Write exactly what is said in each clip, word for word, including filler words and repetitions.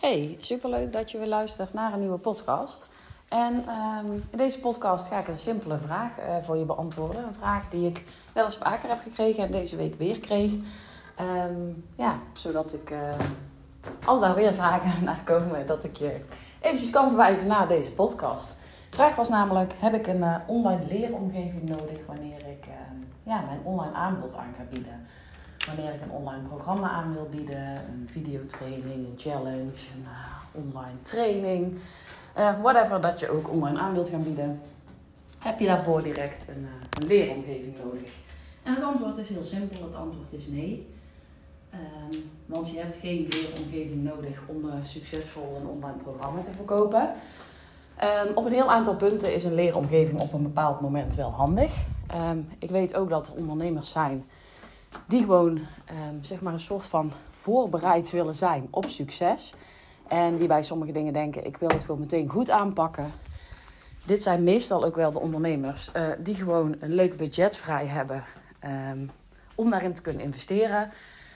Hey, superleuk dat je weer luistert naar een nieuwe podcast. En um, in deze podcast ga ik een simpele vraag uh, voor je beantwoorden. Een vraag die ik wel eens vaker heb gekregen en deze week weer kreeg. Um, ja, zodat ik, uh, als daar weer vragen naar komen, dat ik je eventjes kan verwijzen naar deze podcast. De vraag was namelijk, heb ik een uh, online leeromgeving nodig wanneer ik uh, ja, mijn online aanbod aan ga bieden? Wanneer ik een online programma aan wil bieden, een videotraining, een challenge, een uh, online training, uh, whatever dat je ook online aan wilt gaan bieden, heb je daarvoor direct een, uh, een leeromgeving nodig. En het antwoord is heel simpel, het antwoord is nee. Um, want je hebt geen leeromgeving nodig om uh, succesvol een online programma te verkopen. Um, op een heel aantal punten is een leeromgeving op een bepaald moment wel handig. Um, ik weet ook dat er ondernemers zijn die gewoon um, zeg maar een soort van voorbereid willen zijn op succes. En die bij sommige dingen denken, ik wil het gewoon meteen goed aanpakken. Dit zijn meestal ook wel de ondernemers uh, die gewoon een leuk budget vrij hebben um, om daarin te kunnen investeren.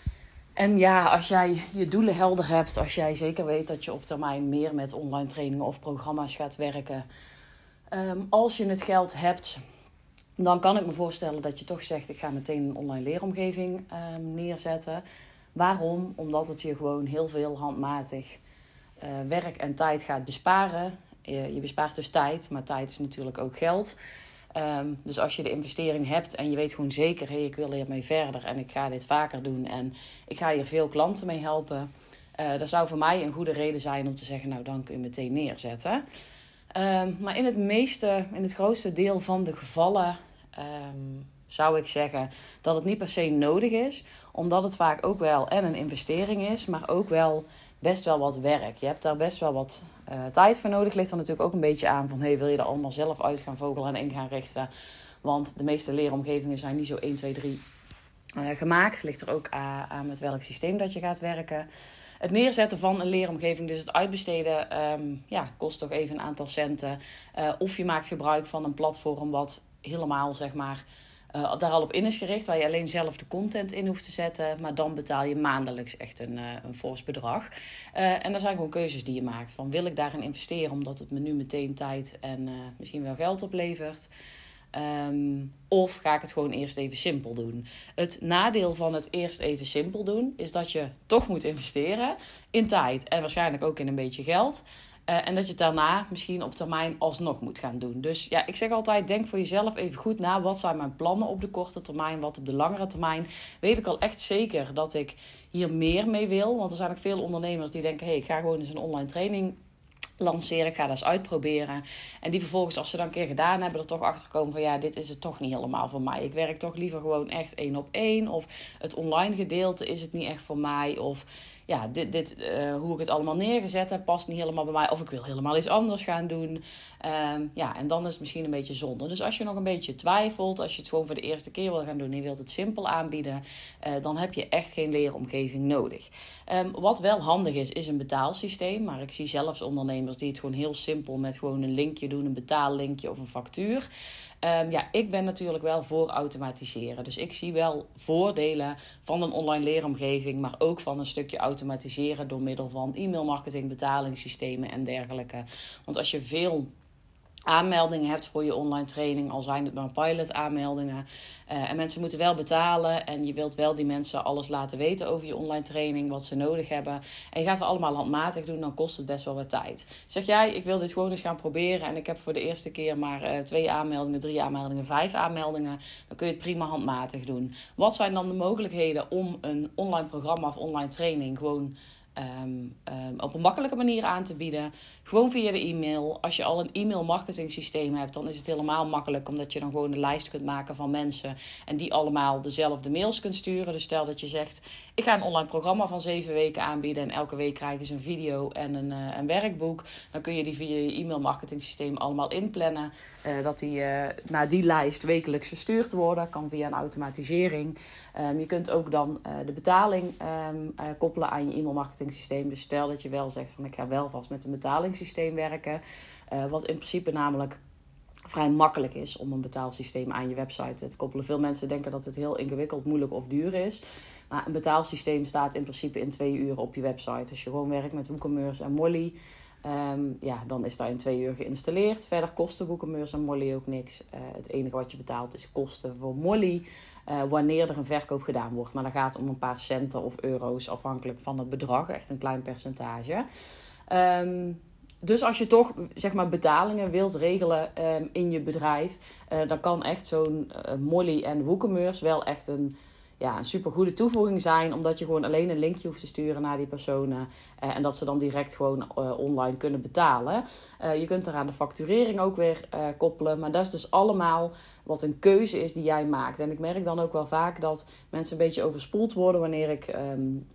En ja, als jij je doelen helder hebt, als jij zeker weet dat je op termijn meer met online trainingen of programma's gaat werken. Um, als je het geld hebt, dan kan ik me voorstellen dat je toch zegt, ik ga meteen een online leeromgeving um, neerzetten. Waarom? Omdat het je gewoon heel veel handmatig uh, werk en tijd gaat besparen. Je, je bespaart dus tijd, maar tijd is natuurlijk ook geld. Um, dus als je de investering hebt en je weet gewoon zeker, hey, ik wil hiermee verder en ik ga dit vaker doen en ik ga hier veel klanten mee helpen. Uh, dat zou voor mij een goede reden zijn om te zeggen, nou dan kun je meteen neerzetten. Um, maar in het meeste, in het grootste deel van de gevallen um, zou ik zeggen dat het niet per se nodig is. Omdat het vaak ook wel en een investering is, maar ook wel best wel wat werk. Je hebt daar best wel wat uh, tijd voor nodig. Ligt er natuurlijk ook een beetje aan van, hey, wil je er allemaal zelf uit gaan vogelen en in gaan richten? Want de meeste leeromgevingen zijn niet zo één, twee, drie uh, gemaakt. Ligt er ook aan, aan met welk systeem dat je gaat werken. Het neerzetten van een leeromgeving, dus het uitbesteden, um, ja, kost toch even een aantal centen. Uh, of je maakt gebruik van een platform wat helemaal, zeg maar, uh, daar al op in is gericht. Waar je alleen zelf de content in hoeft te zetten. Maar dan betaal je maandelijks echt een, uh, een fors bedrag. Uh, en er zijn gewoon keuzes die je maakt. Van, wil ik daarin investeren omdat het me nu meteen tijd en uh, misschien wel geld oplevert? Um, of ga ik het gewoon eerst even simpel doen? Het nadeel van het eerst even simpel doen is dat je toch moet investeren in tijd en waarschijnlijk ook in een beetje geld. Uh, en dat je het daarna misschien op termijn alsnog moet gaan doen. Dus ja, ik zeg altijd, denk voor jezelf even goed na. Wat zijn mijn plannen op de korte termijn? Wat op de langere termijn? Weet ik al echt zeker dat ik hier meer mee wil? Want er zijn ook veel ondernemers die denken, hey, ik ga gewoon eens een online training lanceren, ik ga dat eens uitproberen. En die vervolgens, als ze dan een keer gedaan hebben, er toch achter komen van ja, dit is het toch niet helemaal voor mij. Ik werk toch liever gewoon echt één op één. Of het online gedeelte is het niet echt voor mij. Of ja, dit, dit, uh, hoe ik het allemaal neergezet heb, past niet helemaal bij mij. Of ik wil helemaal iets anders gaan doen. Um, ja, en dan is het misschien een beetje zonde. Dus als je nog een beetje twijfelt, als je het gewoon voor de eerste keer wil gaan doen en je wilt het simpel aanbieden, uh, dan heb je echt geen leeromgeving nodig. Um, wat wel handig is, is een betaalsysteem. Maar ik zie zelfs ondernemers die het gewoon heel simpel met gewoon een linkje doen, een betaallinkje of een factuur. Um, ja, ik ben natuurlijk wel voor automatiseren. Dus ik zie wel voordelen van een online leeromgeving, maar ook van een stukje automatiseren door middel van e-mailmarketing, betalingssystemen en dergelijke. Want als je veel aanmeldingen hebt voor je online training, al zijn het maar pilot aanmeldingen. Uh, en mensen moeten wel betalen en je wilt wel die mensen alles laten weten over je online training, wat ze nodig hebben. En je gaat het allemaal handmatig doen, dan kost het best wel wat tijd. Zeg jij, ik wil dit gewoon eens gaan proberen en ik heb voor de eerste keer maar uh, twee aanmeldingen, drie aanmeldingen, vijf aanmeldingen. Dan kun je het prima handmatig doen. Wat zijn dan de mogelijkheden om een online programma of online training gewoon Um, um, op een makkelijke manier aan te bieden? Gewoon via de e-mail. Als je al een e-mail marketing systeem hebt, dan is het helemaal makkelijk, omdat je dan gewoon een lijst kunt maken van mensen en die allemaal dezelfde mails kunt sturen. Dus stel dat je zegt, ik ga een online programma van zeven weken aanbieden en elke week krijgen ze een video en een, uh, een werkboek. Dan kun je die via je e-mail marketing systeem allemaal inplannen. Uh, dat die uh, naar die lijst wekelijks verstuurd worden. Kan via een automatisering. Um, je kunt ook dan uh, de betaling um, uh, koppelen aan je e-mail marketing systeem. Dus stel dat je wel zegt van ik ga wel vast met een betalingssysteem werken. Uh, wat in principe namelijk vrij makkelijk is om een betaalsysteem aan je website te koppelen. Veel mensen denken dat het heel ingewikkeld, moeilijk of duur is. Maar een betaalsysteem staat in principe in twee uur op je website. Als je gewoon werkt met WooCommerce en Molly, um, ja, dan is dat in twee uur geïnstalleerd. Verder kosten WooCommerce en Molly ook niks. Uh, het enige wat je betaalt is kosten voor Molly, uh, wanneer er een verkoop gedaan wordt. Maar dan gaat het om een paar centen of euro's, afhankelijk van het bedrag. Echt een klein percentage. Um, Dus als je toch, zeg maar, betalingen wilt regelen um, in je bedrijf, uh, dan kan echt zo'n uh, Molly en WooCommerce wel echt een, ja, een super goede toevoeging zijn. Omdat je gewoon alleen een linkje hoeft te sturen naar die personen. Uh, en dat ze dan direct gewoon uh, online kunnen betalen. Uh, je kunt eraan de facturering ook weer uh, koppelen. Maar dat is dus allemaal wat een keuze is die jij maakt. En ik merk dan ook wel vaak dat mensen een beetje overspoeld worden wanneer ik... Um,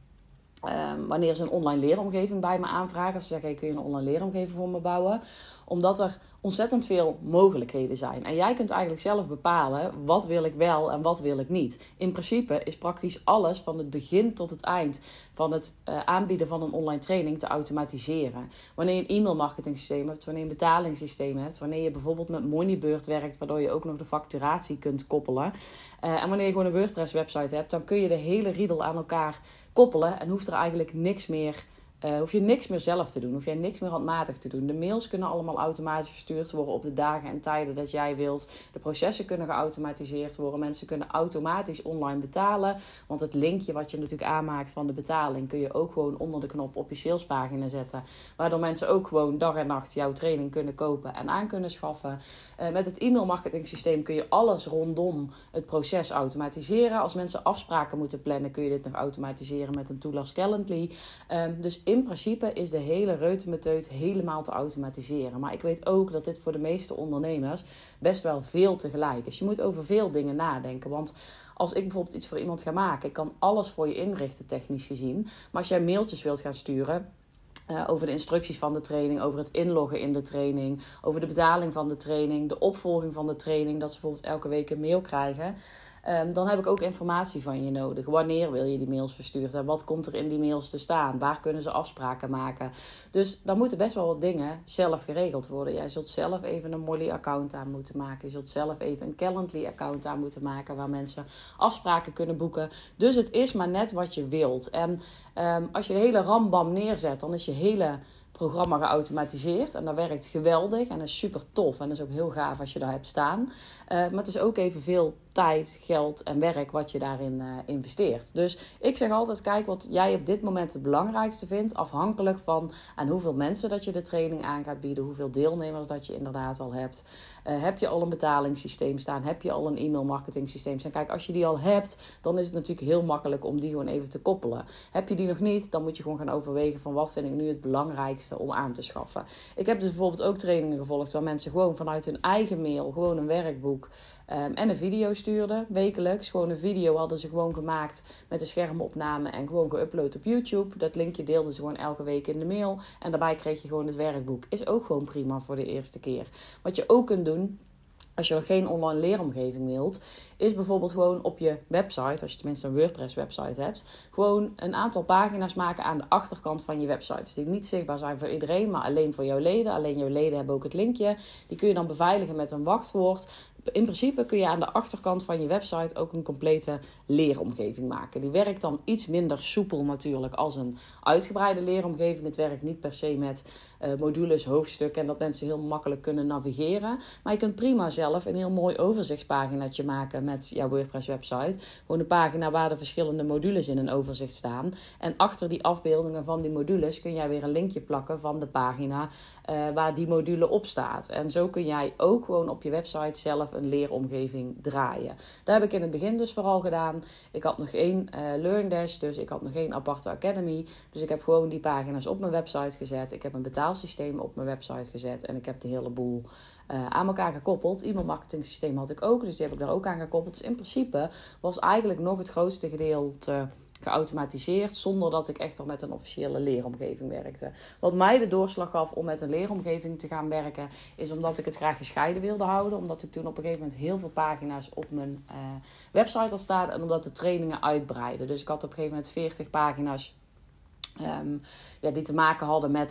Um, wanneer ze een online leeromgeving bij me aanvragen. Ze zeggen, hey, kun je een online leeromgeving voor me bouwen? Omdat er ontzettend veel mogelijkheden zijn. En jij kunt eigenlijk zelf bepalen, wat wil ik wel en wat wil ik niet. In principe is praktisch alles van het begin tot het eind van het uh, aanbieden van een online training te automatiseren. Wanneer je een e-mail marketing systeem hebt, wanneer je een betalingssysteem hebt, wanneer je bijvoorbeeld met Moneybird werkt, waardoor je ook nog de facturatie kunt koppelen. Uh, en wanneer je gewoon een WordPress website hebt, dan kun je de hele riedel aan elkaar koppelen en hoeft er eigenlijk niks meer... Uh, hoef je niks meer zelf te doen. Hoef jij niks meer handmatig te doen. De mails kunnen allemaal automatisch verstuurd worden op de dagen en tijden dat jij wilt. De processen kunnen geautomatiseerd worden. Mensen kunnen automatisch online betalen. Want het linkje wat je natuurlijk aanmaakt van de betaling kun je ook gewoon onder de knop op je salespagina zetten. Waardoor mensen ook gewoon dag en nacht jouw training kunnen kopen en aan kunnen schaffen. Uh, met het e-mail marketing systeem kun je alles rondom het proces automatiseren. Als mensen afspraken moeten plannen kun je dit nog automatiseren met een tool als Calendly. Um, dus in principe is de hele reutemeteut helemaal te automatiseren. Maar ik weet ook dat dit voor de meeste ondernemers best wel veel tegelijk is. Je moet over veel dingen nadenken. Want als ik bijvoorbeeld iets voor iemand ga maken, ik kan alles voor je inrichten technisch gezien. Maar als jij mailtjes wilt gaan sturen Uh, over de instructies van de training, over het inloggen in de training, over de betaling van de training, de opvolging van de training, dat ze bijvoorbeeld elke week een mail krijgen. Um, dan heb ik ook informatie van je nodig. Wanneer wil je die mails verstuurd en wat komt er in die mails te staan? Waar kunnen ze afspraken maken? Dus dan moeten best wel wat dingen zelf geregeld worden. Jij zult zelf even een Molly-account aan moeten maken. Je zult zelf even een Calendly-account aan moeten maken waar mensen afspraken kunnen boeken. Dus het is maar net wat je wilt. En um, als je de hele rambam neerzet, dan is je hele programma geautomatiseerd. En dat werkt geweldig en dat is super tof. En dat is ook heel gaaf als je daar hebt staan. Uh, maar het is ook even veel tijd, geld en werk wat je daarin uh, investeert. Dus ik zeg altijd, kijk wat jij op dit moment het belangrijkste vindt. Afhankelijk van aan hoeveel mensen dat je de training aan gaat bieden. Hoeveel deelnemers dat je inderdaad al hebt. Uh, heb je al een betalingssysteem staan? Heb je al een e-mail marketing systeem staan? Kijk, als je die al hebt, dan is het natuurlijk heel makkelijk om die gewoon even te koppelen. Heb je die nog niet, dan moet je gewoon gaan overwegen van wat vind ik nu het belangrijkste om aan te schaffen. Ik heb dus bijvoorbeeld ook trainingen gevolgd waar mensen gewoon vanuit hun eigen mail, gewoon een werkboek um, en een video stuurden, wekelijks. Gewoon een video hadden ze gewoon gemaakt met een schermopname en gewoon geüpload op YouTube. Dat linkje deelden ze gewoon elke week in de mail en daarbij kreeg je gewoon het werkboek. Is ook gewoon prima voor de eerste keer. Wat je ook kunt doen, als je nog geen online leeromgeving wilt, is bijvoorbeeld gewoon op je website, als je tenminste een WordPress website hebt, gewoon een aantal pagina's maken aan de achterkant van je website. Die niet zichtbaar zijn voor iedereen, maar alleen voor jouw leden. Alleen jouw leden hebben ook het linkje. Die kun je dan beveiligen met een wachtwoord. In principe kun je aan de achterkant van je website ook een complete leeromgeving maken. Die werkt dan iets minder soepel natuurlijk als een uitgebreide leeromgeving. Het werkt niet per se met uh, modules, hoofdstukken en dat mensen heel makkelijk kunnen navigeren. Maar je kunt prima zelf een heel mooi overzichtspaginaatje maken met jouw WordPress website. Gewoon een pagina waar de verschillende modules in een overzicht staan. En achter die afbeeldingen van die modules kun jij weer een linkje plakken van de pagina uh, waar die module op staat. En zo kun jij ook gewoon op je website zelf een leeromgeving draaien. Dat heb ik in het begin dus vooral gedaan. Ik had nog geen uh, LearnDash, dus ik had nog geen aparte academy. Dus ik heb gewoon die pagina's op mijn website gezet. Ik heb een betaalsysteem op mijn website gezet en ik heb de hele boel uh, aan elkaar gekoppeld. E-mail marketing systeem had ik ook, dus die heb ik daar ook aan gekoppeld. Dus in principe was eigenlijk nog het grootste gedeelte geautomatiseerd, zonder dat ik echt al met een officiële leeromgeving werkte. Wat mij de doorslag gaf om met een leeromgeving te gaan werken, is omdat ik het graag gescheiden wilde houden. Omdat ik toen op een gegeven moment heel veel pagina's op mijn uh, website had staan en omdat de trainingen uitbreiden. Dus ik had op een gegeven moment veertig pagina's um, ja, die te maken hadden met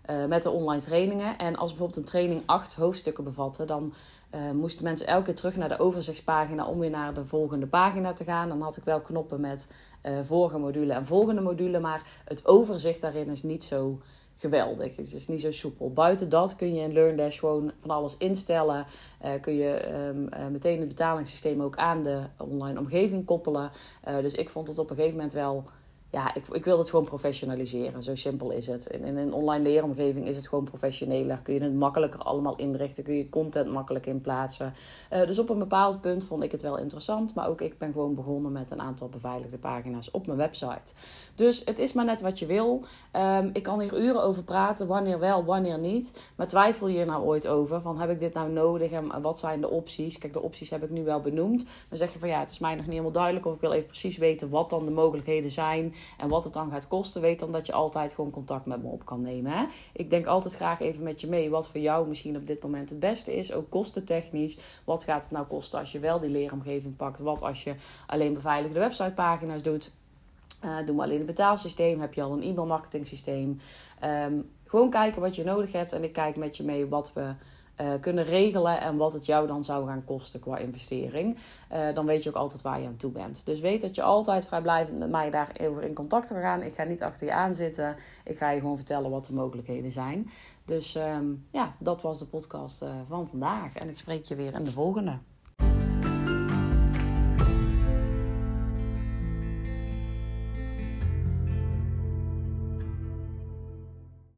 uh, met de online trainingen. En als bijvoorbeeld een training acht hoofdstukken bevatte, dan uh, moesten mensen elke keer terug naar de overzichtspagina om weer naar de volgende pagina te gaan. Dan had ik wel knoppen met uh, vorige module en volgende module, maar het overzicht daarin is niet zo geweldig. Het is niet zo soepel. Buiten dat kun je in LearnDash gewoon van alles instellen. Uh, kun je um, uh, meteen het betalingssysteem ook aan de online omgeving koppelen. Uh, dus ik vond het op een gegeven moment wel... Ja, ik, ik wil het gewoon professionaliseren. Zo simpel is het. In, in een online leeromgeving is het gewoon professioneler. Kun je het makkelijker allemaal inrichten. Kun je content makkelijk in plaatsen. Uh, dus op een bepaald punt vond ik het wel interessant. Maar ook ik ben gewoon begonnen met een aantal beveiligde pagina's op mijn website. Dus het is maar net wat je wil. Um, ik kan hier uren over praten. Wanneer wel, wanneer niet. Maar twijfel je er nou ooit over? Van heb ik dit nou nodig? En wat zijn de opties? Kijk, de opties heb ik nu wel benoemd. Dan zeg je van ja, het is mij nog niet helemaal duidelijk. Of ik wil even precies weten wat dan de mogelijkheden zijn. En wat het dan gaat kosten, weet dan dat je altijd gewoon contact met me op kan nemen. Hè? Ik denk altijd graag even met je mee wat voor jou misschien op dit moment het beste is. Ook kostentechnisch. Wat gaat het nou kosten als je wel die leeromgeving pakt? Wat als je alleen beveiligde websitepagina's doet? Uh, doe maar alleen een betaalsysteem. Heb je al een e-mailmarketing systeem? Um, gewoon kijken wat je nodig hebt. En ik kijk met je mee wat we... Uh, kunnen regelen en wat het jou dan zou gaan kosten qua investering. Uh, dan weet je ook altijd waar je aan toe bent. Dus weet dat je altijd vrijblijvend met mij daarover in contact kan gaan. Ik ga niet achter je aan zitten. Ik ga je gewoon vertellen wat de mogelijkheden zijn. Dus um, ja, dat was de podcast uh, van vandaag. En ik spreek je weer in de volgende.